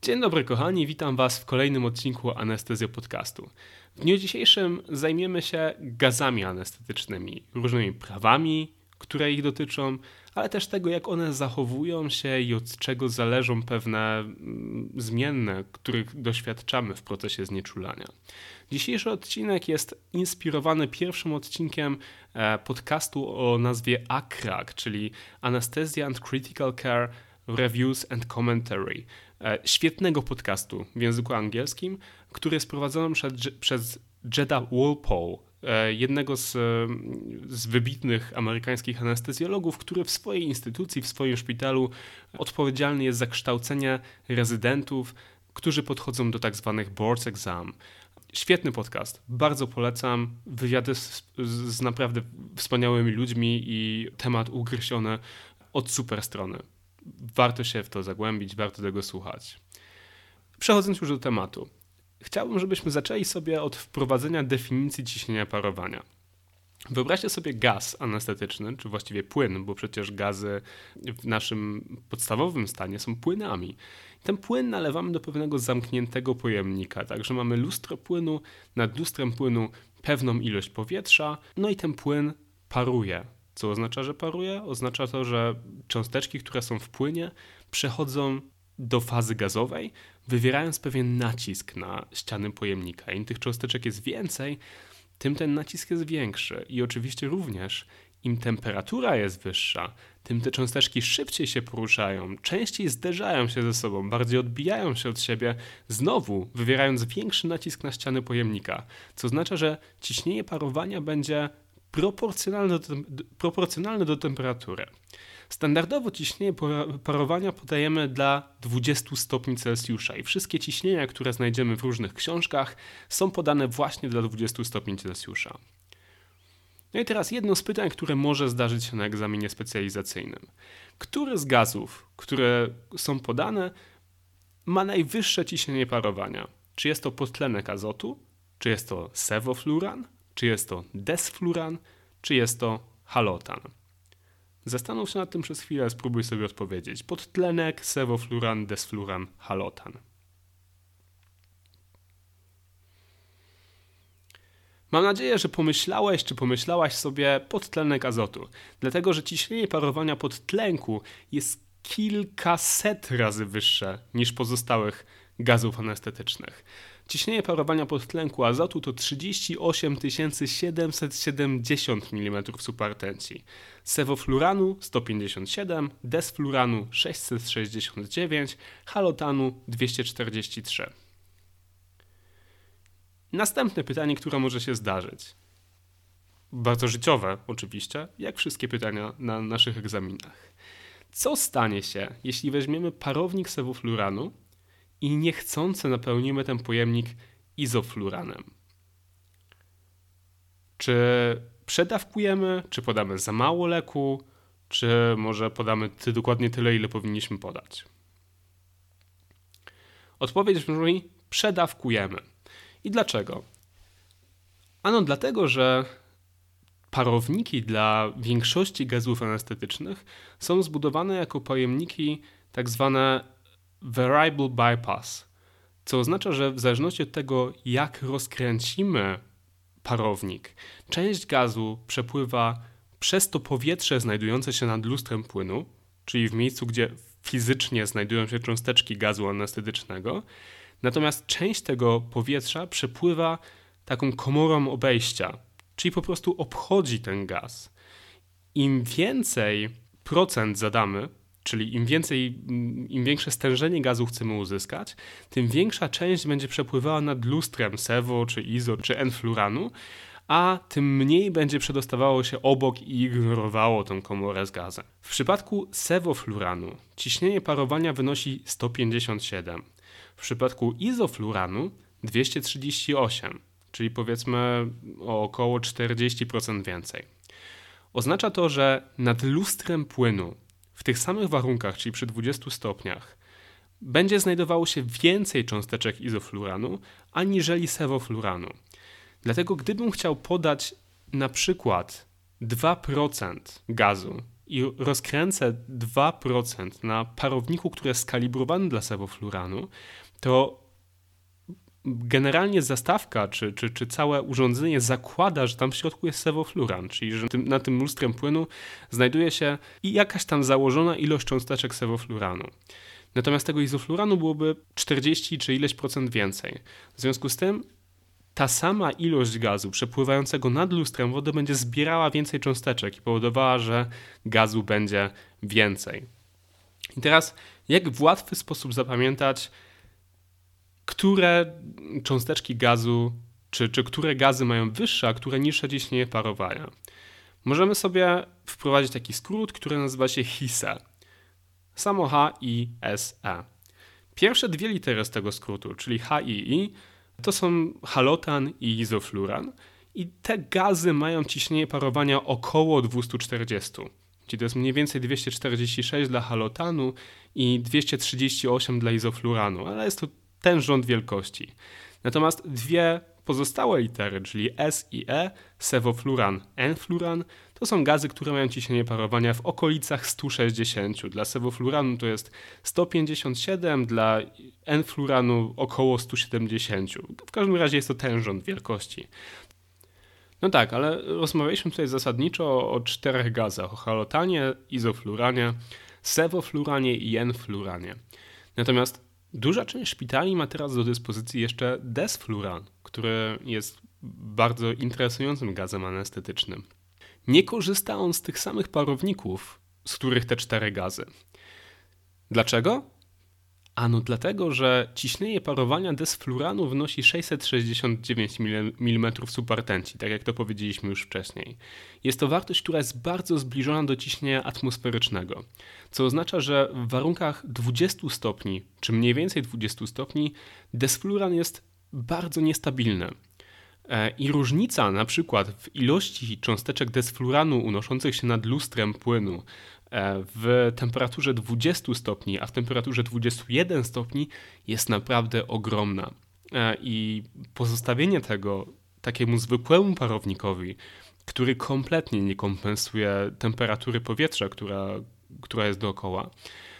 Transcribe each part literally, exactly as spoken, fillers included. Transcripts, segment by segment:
Dzień dobry kochani, witam Was w kolejnym odcinku Anestezja Podcastu. W dniu dzisiejszym zajmiemy się gazami anestetycznymi, różnymi prawami, które ich dotyczą, ale też tego, jak one zachowują się i od czego zależą pewne mm, zmienne, których doświadczamy w procesie znieczulania. Dzisiejszy odcinek jest inspirowany pierwszym odcinkiem podcastu o nazwie A C R A C, czyli Anesthesia and Critical Care Reviews and Commentary. Świetnego podcastu w języku angielskim, który jest prowadzony przez, przez Jeda Walpole, jednego z, z wybitnych amerykańskich anestezjologów, który w swojej instytucji, w swoim szpitalu odpowiedzialny jest za kształcenie rezydentów, którzy podchodzą do tak zwanych boards exam. Świetny podcast, bardzo polecam, wywiady z, z naprawdę wspaniałymi ludźmi i temat ugryziony od super strony. Warto się w to zagłębić, warto tego słuchać. Przechodząc już do tematu, chciałbym, żebyśmy zaczęli sobie od wprowadzenia definicji ciśnienia parowania. Wyobraźcie sobie gaz anestetyczny, czy właściwie płyn, bo przecież gazy w naszym podstawowym stanie są płynami. Ten płyn nalewamy do pewnego zamkniętego pojemnika, także mamy lustro płynu, nad lustrem płynu pewną ilość powietrza, no i ten płyn paruje. Co oznacza, że paruje? Oznacza to, że cząsteczki, które są w płynie, przechodzą do fazy gazowej, wywierając pewien nacisk na ściany pojemnika. Im tych cząsteczek jest więcej, tym ten nacisk jest większy. I oczywiście również im temperatura jest wyższa, tym te cząsteczki szybciej się poruszają, częściej zderzają się ze sobą, bardziej odbijają się od siebie, znowu wywierając większy nacisk na ściany pojemnika. Co oznacza, że ciśnienie parowania będzie proporcjonalne do, proporcjonalne do temperatury. Standardowo ciśnienie parowania podajemy dla dwudziestu stopni Celsjusza i wszystkie ciśnienia, które znajdziemy w różnych książkach, są podane właśnie dla dwudziestu stopni Celsjusza. No i teraz jedno z pytań, które może zdarzyć się na egzaminie specjalizacyjnym. Który z gazów, które są podane, ma najwyższe ciśnienie parowania? Czy jest to podtlenek azotu? Czy jest to sewofluran? Czy jest to desfluran? Czy jest to halotan? Zastanów się nad tym przez chwilę, spróbuj sobie odpowiedzieć. Podtlenek, sewofluran, desfluran, halotan. Mam nadzieję, że pomyślałeś czy pomyślałaś sobie podtlenek azotu, dlatego że ciśnienie parowania podtlenku jest kilkaset razy wyższe niż pozostałych gazów anestetycznych. Ciśnienie parowania podtlenku azotu to trzydzieści osiem tysięcy siedemset siedemdziesiąt milimetrów supertenci. Sewofluranu sto pięćdziesiąt siedem, desfluranu sześćset sześćdziesiąt dziewięć, halotanu dwieście czterdzieści trzy. Następne pytanie, które może się zdarzyć. Bardzo życiowe oczywiście, jak wszystkie pytania na naszych egzaminach. Co stanie się, jeśli weźmiemy parownik sewofluranu i niechcący napełnimy ten pojemnik izofluranem? Czy przedawkujemy, czy podamy za mało leku, czy może podamy ty dokładnie tyle, ile powinniśmy podać? Odpowiedź brzmi: przedawkujemy. I dlaczego? Ano dlatego, że parowniki dla większości gazów anestetycznych są zbudowane jako pojemniki tak zwane variable bypass, co oznacza, że w zależności od tego, jak rozkręcimy parownik, część gazu przepływa przez to powietrze znajdujące się nad lustrem płynu, czyli w miejscu, gdzie fizycznie znajdują się cząsteczki gazu anestetycznego, natomiast część tego powietrza przepływa taką komorą obejścia, czyli po prostu obchodzi ten gaz. Im więcej procent zadamy, czyli im więcej, im większe stężenie gazu chcemy uzyskać, tym większa część będzie przepływała nad lustrem sewo, czy izo, czy enfluranu, a tym mniej będzie przedostawało się obok i ignorowało tę komorę z gazem. W przypadku sewofluranu ciśnienie parowania wynosi sto pięćdziesiąt siedem. W przypadku izofluranu dwieście trzydzieści osiem, czyli powiedzmy o około czterdzieści procent więcej. Oznacza to, że nad lustrem płynu w tych samych warunkach, czyli przy dwudziestu stopniach, będzie znajdowało się więcej cząsteczek izofluranu aniżeli sewofluranu. Dlatego gdybym chciał podać na przykład dwa procent gazu i rozkręcę dwa procent na parowniku, który jest skalibrowany dla sewofluranu, to generalnie zastawka czy, czy, czy całe urządzenie zakłada, że tam w środku jest sewofluran, czyli że tym, na tym lustrem płynu znajduje się i jakaś tam założona ilość cząsteczek sewofluranu. Natomiast tego izofluranu byłoby czterdzieści czy ileś procent więcej. W związku z tym ta sama ilość gazu przepływającego nad lustrem wody będzie zbierała więcej cząsteczek i powodowała, że gazu będzie więcej. I teraz jak w łatwy sposób zapamiętać, które cząsteczki gazu, czy, czy które gazy mają wyższe, a które niższe ciśnienie parowania? Możemy sobie wprowadzić taki skrót, który nazywa się H I S E. Samo H i S E. Pierwsze dwie litery z tego skrótu, czyli H i I, to są halotan i izofluran. I te gazy mają ciśnienie parowania około dwieście czterdzieści. Czyli to jest mniej więcej dwieście czterdzieści sześć dla halotanu i dwieście trzydzieści osiem dla izofluranu, ale jest to ten rząd wielkości. Natomiast dwie pozostałe litery, czyli S i E, sewofluran, enfluran, to są gazy, które mają ciśnienie parowania w okolicach sto sześćdziesiąt. Dla sewofluranu to jest sto pięćdziesiąt siedem, dla enfluranu około sto siedemdziesiąt. W każdym razie jest to ten rząd wielkości. No tak, ale rozmawialiśmy tutaj zasadniczo o czterech gazach, o halotanie, izofluranie, sewofluranie i enfluranie. Natomiast duża część szpitali ma teraz do dyspozycji jeszcze desfluran, który jest bardzo interesującym gazem anestetycznym. Nie korzysta on z tych samych parowników, z których te cztery gazy. Dlaczego? Ano dlatego, że ciśnienie parowania desfluranu wynosi sześćset sześćdziesiąt dziewięć milimetrów supertenci, tak jak to powiedzieliśmy już wcześniej. Jest to wartość, która jest bardzo zbliżona do ciśnienia atmosferycznego, co oznacza, że w warunkach dwudziestu stopni, czy mniej więcej dwudziestu stopni, desfluran jest bardzo niestabilny. I różnica na przykład w ilości cząsteczek desfluranu unoszących się nad lustrem płynu w temperaturze dwudziestu stopni, a w temperaturze dwudziestu jeden stopni jest naprawdę ogromna. I pozostawienie tego takiemu zwykłemu parownikowi, który kompletnie nie kompensuje temperatury powietrza, która, która jest dookoła,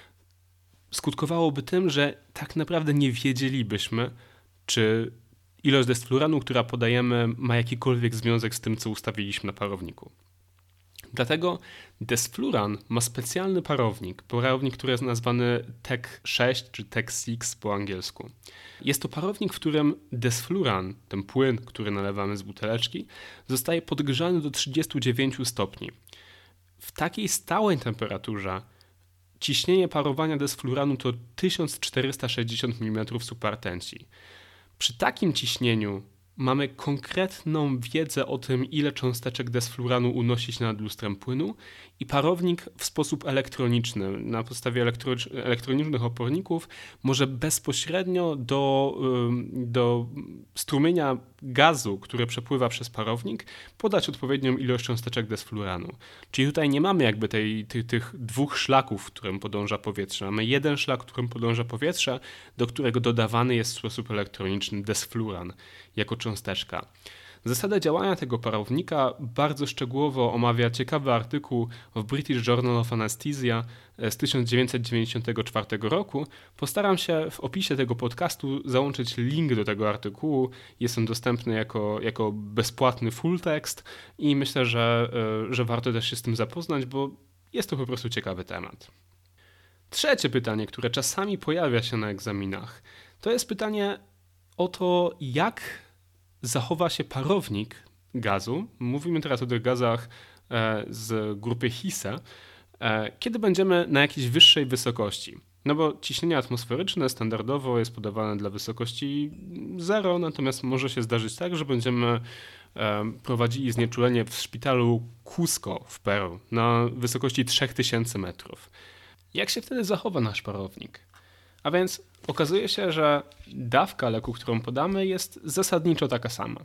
skutkowałoby tym, że tak naprawdę nie wiedzielibyśmy, czy ilość desfluranu, która podajemy, ma jakikolwiek związek z tym, co ustawiliśmy na parowniku. Dlatego desfluran ma specjalny parownik, parownik, który jest nazwany T E C sześć czy T E C sześć po angielsku. Jest to parownik, w którym desfluran, ten płyn, który nalewamy z buteleczki, zostaje podgrzany do trzydziestu dziewięciu stopni. W takiej stałej temperaturze ciśnienie parowania desfluranu to tysiąc czterysta sześćdziesiąt milimetrów supertenci. Przy takim ciśnieniu mamy konkretną wiedzę o tym, ile cząsteczek desfluranu unosi się nad lustrem płynu i parownik w sposób elektroniczny, na podstawie elektro- elektronicznych oporników może bezpośrednio do, do strumienia gazu, który przepływa przez parownik, podać odpowiednią ilość cząsteczek desfluranu. Czyli tutaj nie mamy jakby tej, tych, tych dwóch szlaków, którym podąża powietrze. Mamy jeden szlak, którym podąża powietrze, do którego dodawany jest w sposób elektroniczny desfluran jako cząsteczka. Zasadę działania tego parownika bardzo szczegółowo omawia ciekawy artykuł w British Journal of Anesthesia z tysiąc dziewięćset dziewięćdziesiątego czwartego roku. Postaram się w opisie tego podcastu załączyć link do tego artykułu. Jest on dostępny jako, jako bezpłatny full tekst i myślę, że, że warto też się z tym zapoznać, bo jest to po prostu ciekawy temat. Trzecie pytanie, które czasami pojawia się na egzaminach, to jest pytanie o to, jak zachowa się parownik gazu. Mówimy teraz o tych gazach z grupy H I S E, kiedy będziemy na jakiejś wyższej wysokości. No bo ciśnienie atmosferyczne standardowo jest podawane dla wysokości zero, natomiast może się zdarzyć tak, że będziemy prowadzili znieczulenie w szpitalu Cusco w Peru na wysokości trzy tysiące metrów. Jak się wtedy zachowa nasz parownik? A więc okazuje się, że dawka leku, którą podamy, jest zasadniczo taka sama.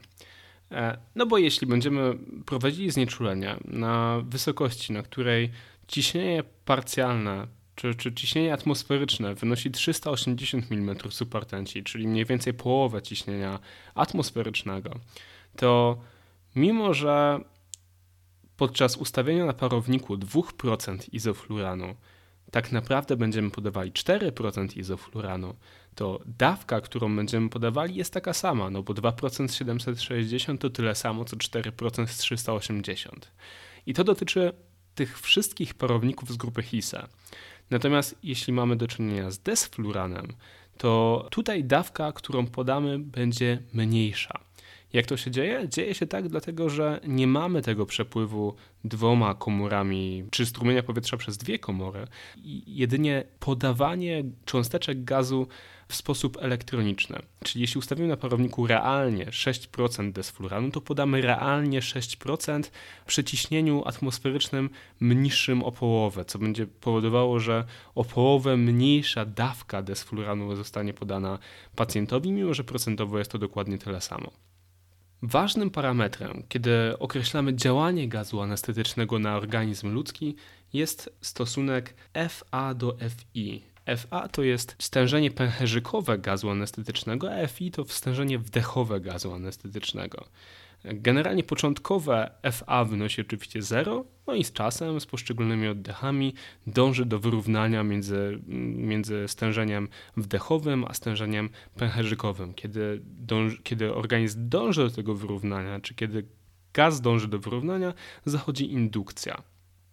No bo jeśli będziemy prowadzili znieczulenie na wysokości, na której ciśnienie parcjalne czy, czy ciśnienie atmosferyczne wynosi trzysta osiemdziesiąt milimetrów supertenci, czyli mniej więcej połowę ciśnienia atmosferycznego, to mimo że podczas ustawienia na parowniku dwa procent izofluranu tak naprawdę będziemy podawali cztery procent izofluranu, to dawka, którą będziemy podawali, jest taka sama, no bo dwa procent z siedemset sześćdziesiąt to tyle samo co cztery procent z trzysta osiemdziesiąt. I to dotyczy tych wszystkich parowników z grupy Hise. Natomiast jeśli mamy do czynienia z desfluranem, to tutaj dawka, którą podamy, będzie mniejsza. Jak to się dzieje? Dzieje się tak dlatego, że nie mamy tego przepływu dwoma komorami, czy strumienia powietrza przez dwie komory. I jedynie podawanie cząsteczek gazu w sposób elektroniczny. Czyli jeśli ustawimy na parowniku realnie sześć procent desfluranu, to podamy realnie sześć procent przy ciśnieniu atmosferycznym niższym o połowę, co będzie powodowało, że o połowę mniejsza dawka desfluranu zostanie podana pacjentowi, mimo że procentowo jest to dokładnie tyle samo. Ważnym parametrem, kiedy określamy działanie gazu anestetycznego na organizm ludzki, jest stosunek F A do F I. F A to jest stężenie pęcherzykowe gazu anestetycznego, a F I to stężenie wdechowe gazu anestetycznego. Generalnie początkowe F A wynosi oczywiście zero, no i z czasem, z poszczególnymi oddechami dąży do wyrównania między, między stężeniem wdechowym a stężeniem pęcherzykowym. Kiedy, dąży, kiedy organizm dąży do tego wyrównania, czy kiedy gaz dąży do wyrównania, zachodzi indukcja.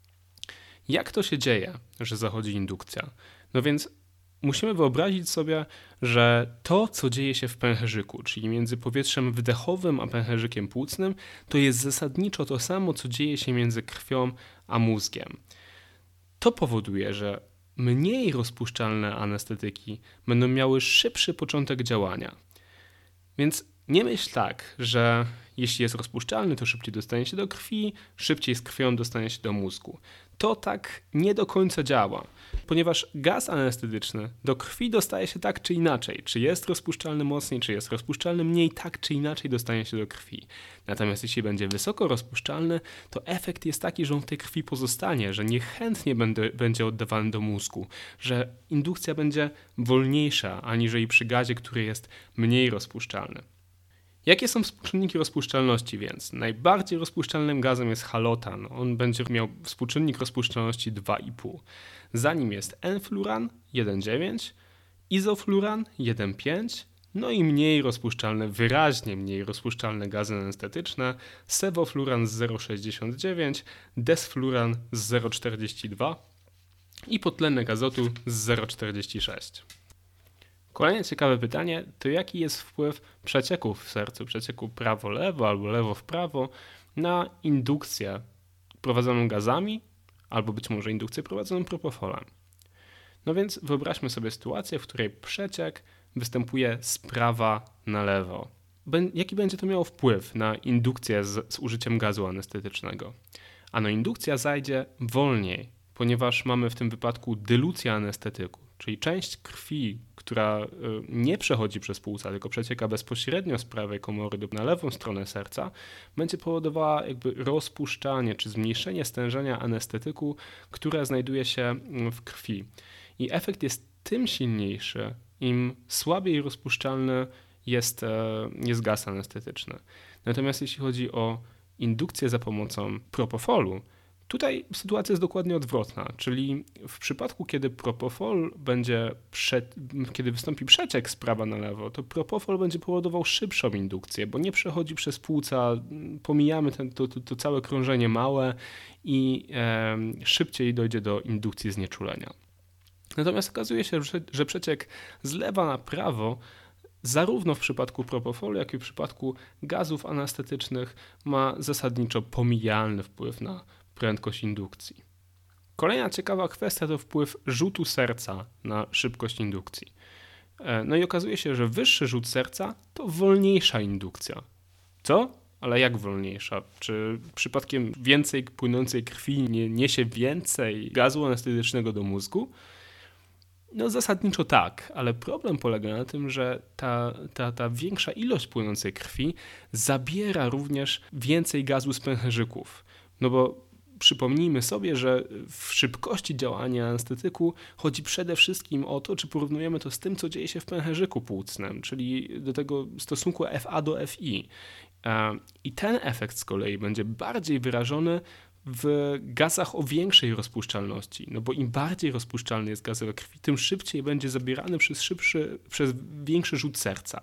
Jak to się dzieje, że zachodzi indukcja? No więc musimy wyobrazić sobie, że to, co dzieje się w pęcherzyku, czyli między powietrzem wdechowym a pęcherzykiem płucnym, to jest zasadniczo to samo, co dzieje się między krwią a mózgiem. To powoduje, że mniej rozpuszczalne anestetyki będą miały szybszy początek działania. Więc nie myśl tak, że jeśli jest rozpuszczalny, to szybciej dostanie się do krwi, szybciej z krwią dostanie się do mózgu. To tak nie do końca działa, ponieważ gaz anestetyczny do krwi dostaje się tak czy inaczej. Czy jest rozpuszczalny mocniej, czy jest rozpuszczalny mniej, tak czy inaczej dostanie się do krwi. Natomiast jeśli będzie wysoko rozpuszczalny, to efekt jest taki, że on w tej krwi pozostanie, że niechętnie będzie, będzie oddawany do mózgu, że indukcja będzie wolniejsza, aniżeli przy gazie, który jest mniej rozpuszczalny. Jakie są współczynniki rozpuszczalności więc? Najbardziej rozpuszczalnym gazem jest halotan. On będzie miał współczynnik rozpuszczalności dwa i pół. Za nim jest enfluran jeden przecinek dziewięć, izofluran jeden przecinek pięć, no i mniej rozpuszczalne, wyraźnie mniej rozpuszczalne gazy anestetyczne, sevofluran z zero przecinek sześćdziesiąt dziewięć, desfluran z zero przecinek czterdzieści dwa i podtlenek azotu z zero przecinek czterdzieści sześć. Kolejne ciekawe pytanie to jaki jest wpływ przecieków w sercu, przecieku prawo-lewo albo lewo w prawo na indukcję prowadzoną gazami albo być może indukcję prowadzoną propofolem. No więc wyobraźmy sobie sytuację, w której przeciek występuje z prawa na lewo. Jaki będzie to miało wpływ na indukcję z, z użyciem gazu anestetycznego? Ano indukcja zajdzie wolniej, ponieważ mamy w tym wypadku dylucję anestetyku, czyli część krwi, która nie przechodzi przez płuca, tylko przecieka bezpośrednio z prawej komory na lewą stronę serca, będzie powodowała jakby rozpuszczanie czy zmniejszenie stężenia anestetyku, które znajduje się w krwi. I efekt jest tym silniejszy, im słabiej rozpuszczalny jest, jest gaz anestetyczny. Natomiast jeśli chodzi o indukcję za pomocą propofolu, tutaj sytuacja jest dokładnie odwrotna, czyli w przypadku, kiedy propofol będzie, prze, kiedy wystąpi przeciek z prawa na lewo, to propofol będzie powodował szybszą indukcję, bo nie przechodzi przez płuca, pomijamy ten, to, to, to całe krążenie małe i e, szybciej dojdzie do indukcji znieczulenia. Natomiast okazuje się, że, że przeciek z lewa na prawo zarówno w przypadku propofolu, jak i w przypadku gazów anestetycznych ma zasadniczo pomijalny wpływ na prędkość indukcji. Kolejna ciekawa kwestia to wpływ rzutu serca na szybkość indukcji. No i okazuje się, że wyższy rzut serca to wolniejsza indukcja. Co? Ale jak wolniejsza? Czy przypadkiem więcej płynącej krwi nie niesie więcej gazu anestetycznego do mózgu? No zasadniczo tak, ale problem polega na tym, że ta, ta, ta większa ilość płynącej krwi zabiera również więcej gazu z pęcherzyków. No bo przypomnijmy sobie, że w szybkości działania anestetyku chodzi przede wszystkim o to, czy porównujemy to z tym, co dzieje się w pęcherzyku płucnym, czyli do tego stosunku F A do F I. I ten efekt z kolei będzie bardziej wyrażony w gazach o większej rozpuszczalności, no bo im bardziej rozpuszczalny jest gaz we krwi, tym szybciej będzie zabierany przez, szybszy, przez większy rzut serca.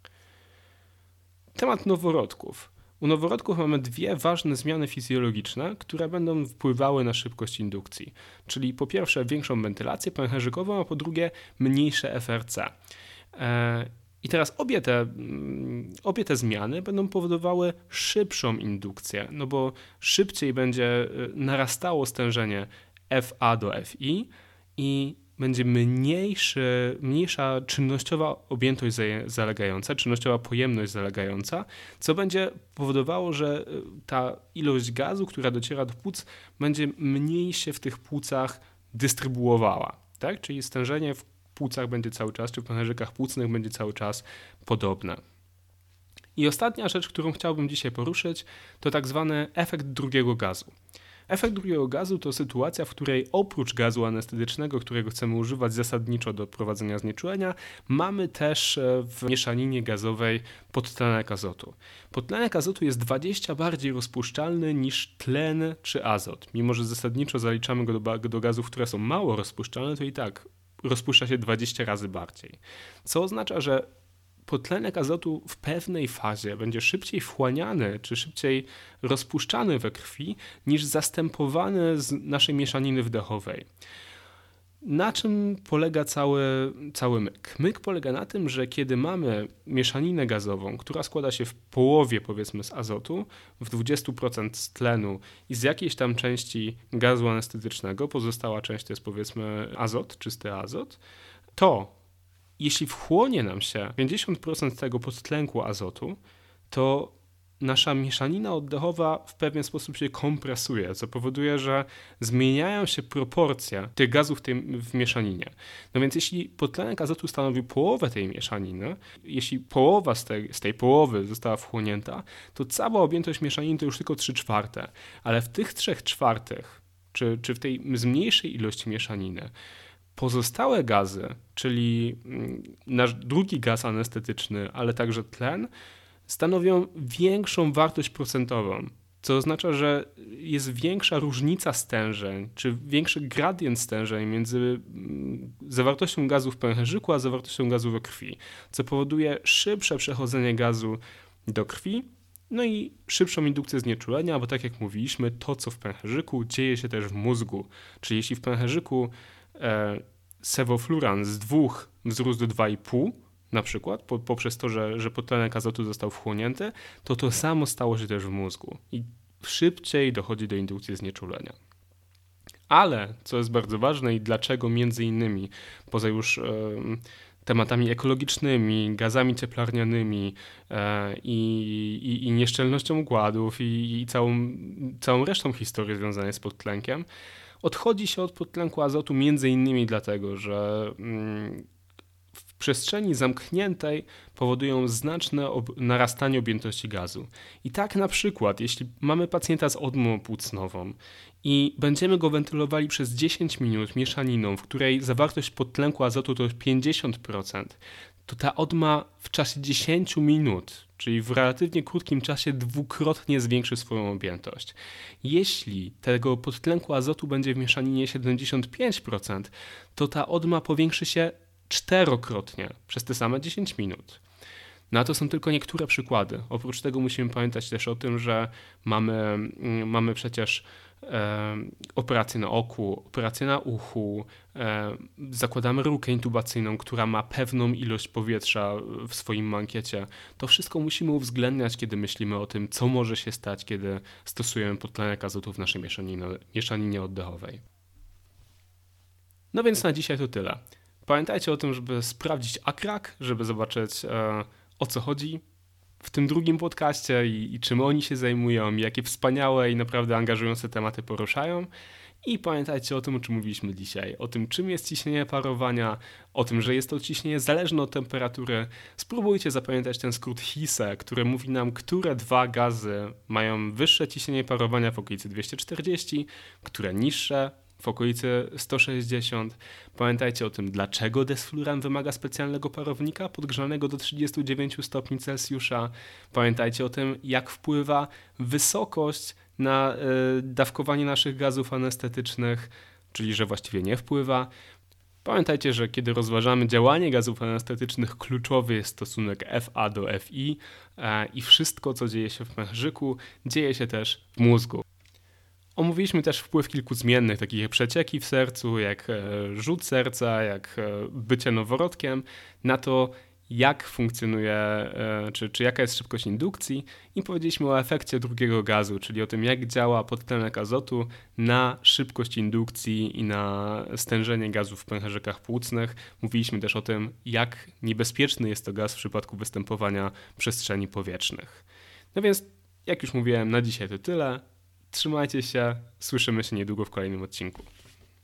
Temat noworodków. U noworodków mamy dwie ważne zmiany fizjologiczne, które będą wpływały na szybkość indukcji, czyli po pierwsze większą wentylację pęcherzykową, a po drugie mniejsze F R C. I teraz obie te, obie te zmiany będą powodowały szybszą indukcję, no bo szybciej będzie narastało stężenie F A do F I i będzie mniejszy, mniejsza czynnościowa objętość zalegająca, czynnościowa pojemność zalegająca, co będzie powodowało, że ta ilość gazu, która dociera do płuc, będzie mniej się w tych płucach dystrybuowała, tak? Czyli stężenie w płucach będzie cały czas, czy w pęcherzykach płucnych będzie cały czas podobne. I ostatnia rzecz, którą chciałbym dzisiaj poruszyć, to tak zwany efekt drugiego gazu. Efekt drugiego gazu to sytuacja, w której oprócz gazu anestetycznego, którego chcemy używać zasadniczo do prowadzenia znieczulenia, mamy też w mieszaninie gazowej podtlenek azotu. Podtlenek azotu jest dwadzieścia bardziej rozpuszczalny niż tlen czy azot. Mimo że zasadniczo zaliczamy go do, do gazów, które są mało rozpuszczalne, to i tak rozpuszcza się dwadzieścia razy bardziej. Co oznacza, że podtlenek azotu w pewnej fazie będzie szybciej wchłaniany czy szybciej rozpuszczany we krwi niż zastępowany z naszej mieszaniny wdechowej. Na czym polega cały, cały myk? Myk polega na tym, że kiedy mamy mieszaninę gazową, która składa się w połowie powiedzmy z azotu, w dwadzieścia procent z tlenu i z jakiejś tam części gazu anestetycznego, pozostała część to jest powiedzmy azot, czysty azot, to jeśli wchłonie nam się pięćdziesiąt procent tego podtlenku azotu, to nasza mieszanina oddechowa w pewien sposób się kompresuje, co powoduje, że zmieniają się proporcje tych gazów w, tej, w mieszaninie. No więc jeśli podtlenek azotu stanowi połowę tej mieszaniny, jeśli połowa z tej, z tej połowy została wchłonięta, to cała objętość mieszaniny to już tylko trzy czwarte, ale w tych trzech czwartych, czy, czy w tej zmniejszej ilości mieszaniny, pozostałe gazy, czyli nasz drugi gaz anestetyczny, ale także tlen, stanowią większą wartość procentową, co oznacza, że jest większa różnica stężeń, czy większy gradient stężeń między zawartością gazu w pęcherzyku, a zawartością gazu we krwi, co powoduje szybsze przechodzenie gazu do krwi, no i szybszą indukcję znieczulenia, bo tak jak mówiliśmy, to co w pęcherzyku dzieje się też w mózgu, czyli jeśli w pęcherzyku e, sewofluran z dwóch wzrósł do dwa i pół, na przykład po, poprzez to, że, że podtlenek azotu został wchłonięty, to to samo stało się też w mózgu i szybciej dochodzi do indukcji znieczulenia. Ale, co jest bardzo ważne i dlaczego między innymi, poza już e, tematami ekologicznymi, gazami cieplarnianymi e, i, i, i nieszczelnością układów i, i całą, całą resztą historii związanej z podtlenkiem, odchodzi się od podtlenku azotu między innymi dlatego, że mm, w przestrzeni zamkniętej powodują znaczne ob- narastanie objętości gazu. I tak na przykład, jeśli mamy pacjenta z odmą płucnową i będziemy go wentylowali przez dziesięć minut mieszaniną, w której zawartość podtlenku azotu to pięćdziesiąt procent, to ta odma w czasie dziesięć minut, czyli w relatywnie krótkim czasie dwukrotnie zwiększy swoją objętość. Jeśli tego podtlenku azotu będzie w mieszaninie siedemdziesiąt pięć procent, to ta odma powiększy się czterokrotnie przez te same dziesięć minut. No to są tylko niektóre przykłady. Oprócz tego musimy pamiętać też o tym, że mamy, mamy przecież e, operację na oku, operację na uchu, e, zakładamy rurkę intubacyjną, która ma pewną ilość powietrza w swoim mankiecie. To wszystko musimy uwzględniać, kiedy myślimy o tym, co może się stać, kiedy stosujemy podtlenek azotu w naszej mieszaninie, mieszaninie oddechowej. No więc na dzisiaj to tyle. Pamiętajcie o tym, żeby sprawdzić akrak, żeby zobaczyć e, o co chodzi w tym drugim podcaście i, i czym oni się zajmują, jakie wspaniałe i naprawdę angażujące tematy poruszają. I pamiętajcie o tym, o czym mówiliśmy dzisiaj, o tym, czym jest ciśnienie parowania, o tym, że jest to ciśnienie zależne od temperatury. Spróbujcie zapamiętać ten skrót H I S E, który mówi nam, które dwa gazy mają wyższe ciśnienie parowania w okolicy dwieście czterdzieści, które niższe w okolicy sto sześćdziesiąt. Pamiętajcie o tym, dlaczego desfluran wymaga specjalnego parownika podgrzanego do trzydziestu dziewięciu stopni Celsjusza. Pamiętajcie o tym, jak wpływa wysokość na dawkowanie naszych gazów anestetycznych, czyli że właściwie nie wpływa. Pamiętajcie, że kiedy rozważamy działanie gazów anestetycznych, kluczowy jest stosunek F A do F I i wszystko, co dzieje się w pęcherzyku, dzieje się też w mózgu. Omówiliśmy też wpływ kilku zmiennych, takich jak przecieki w sercu, jak rzut serca, jak bycie noworodkiem, na to, jak funkcjonuje, czy, czy jaka jest szybkość indukcji, i powiedzieliśmy o efekcie drugiego gazu, czyli o tym, jak działa podtlenek azotu na szybkość indukcji i na stężenie gazu w pęcherzykach płucnych. Mówiliśmy też o tym, jak niebezpieczny jest to gaz w przypadku występowania przestrzeni powietrznych. No więc, jak już mówiłem, na dzisiaj to tyle. Trzymajcie się, słyszymy się niedługo w kolejnym odcinku.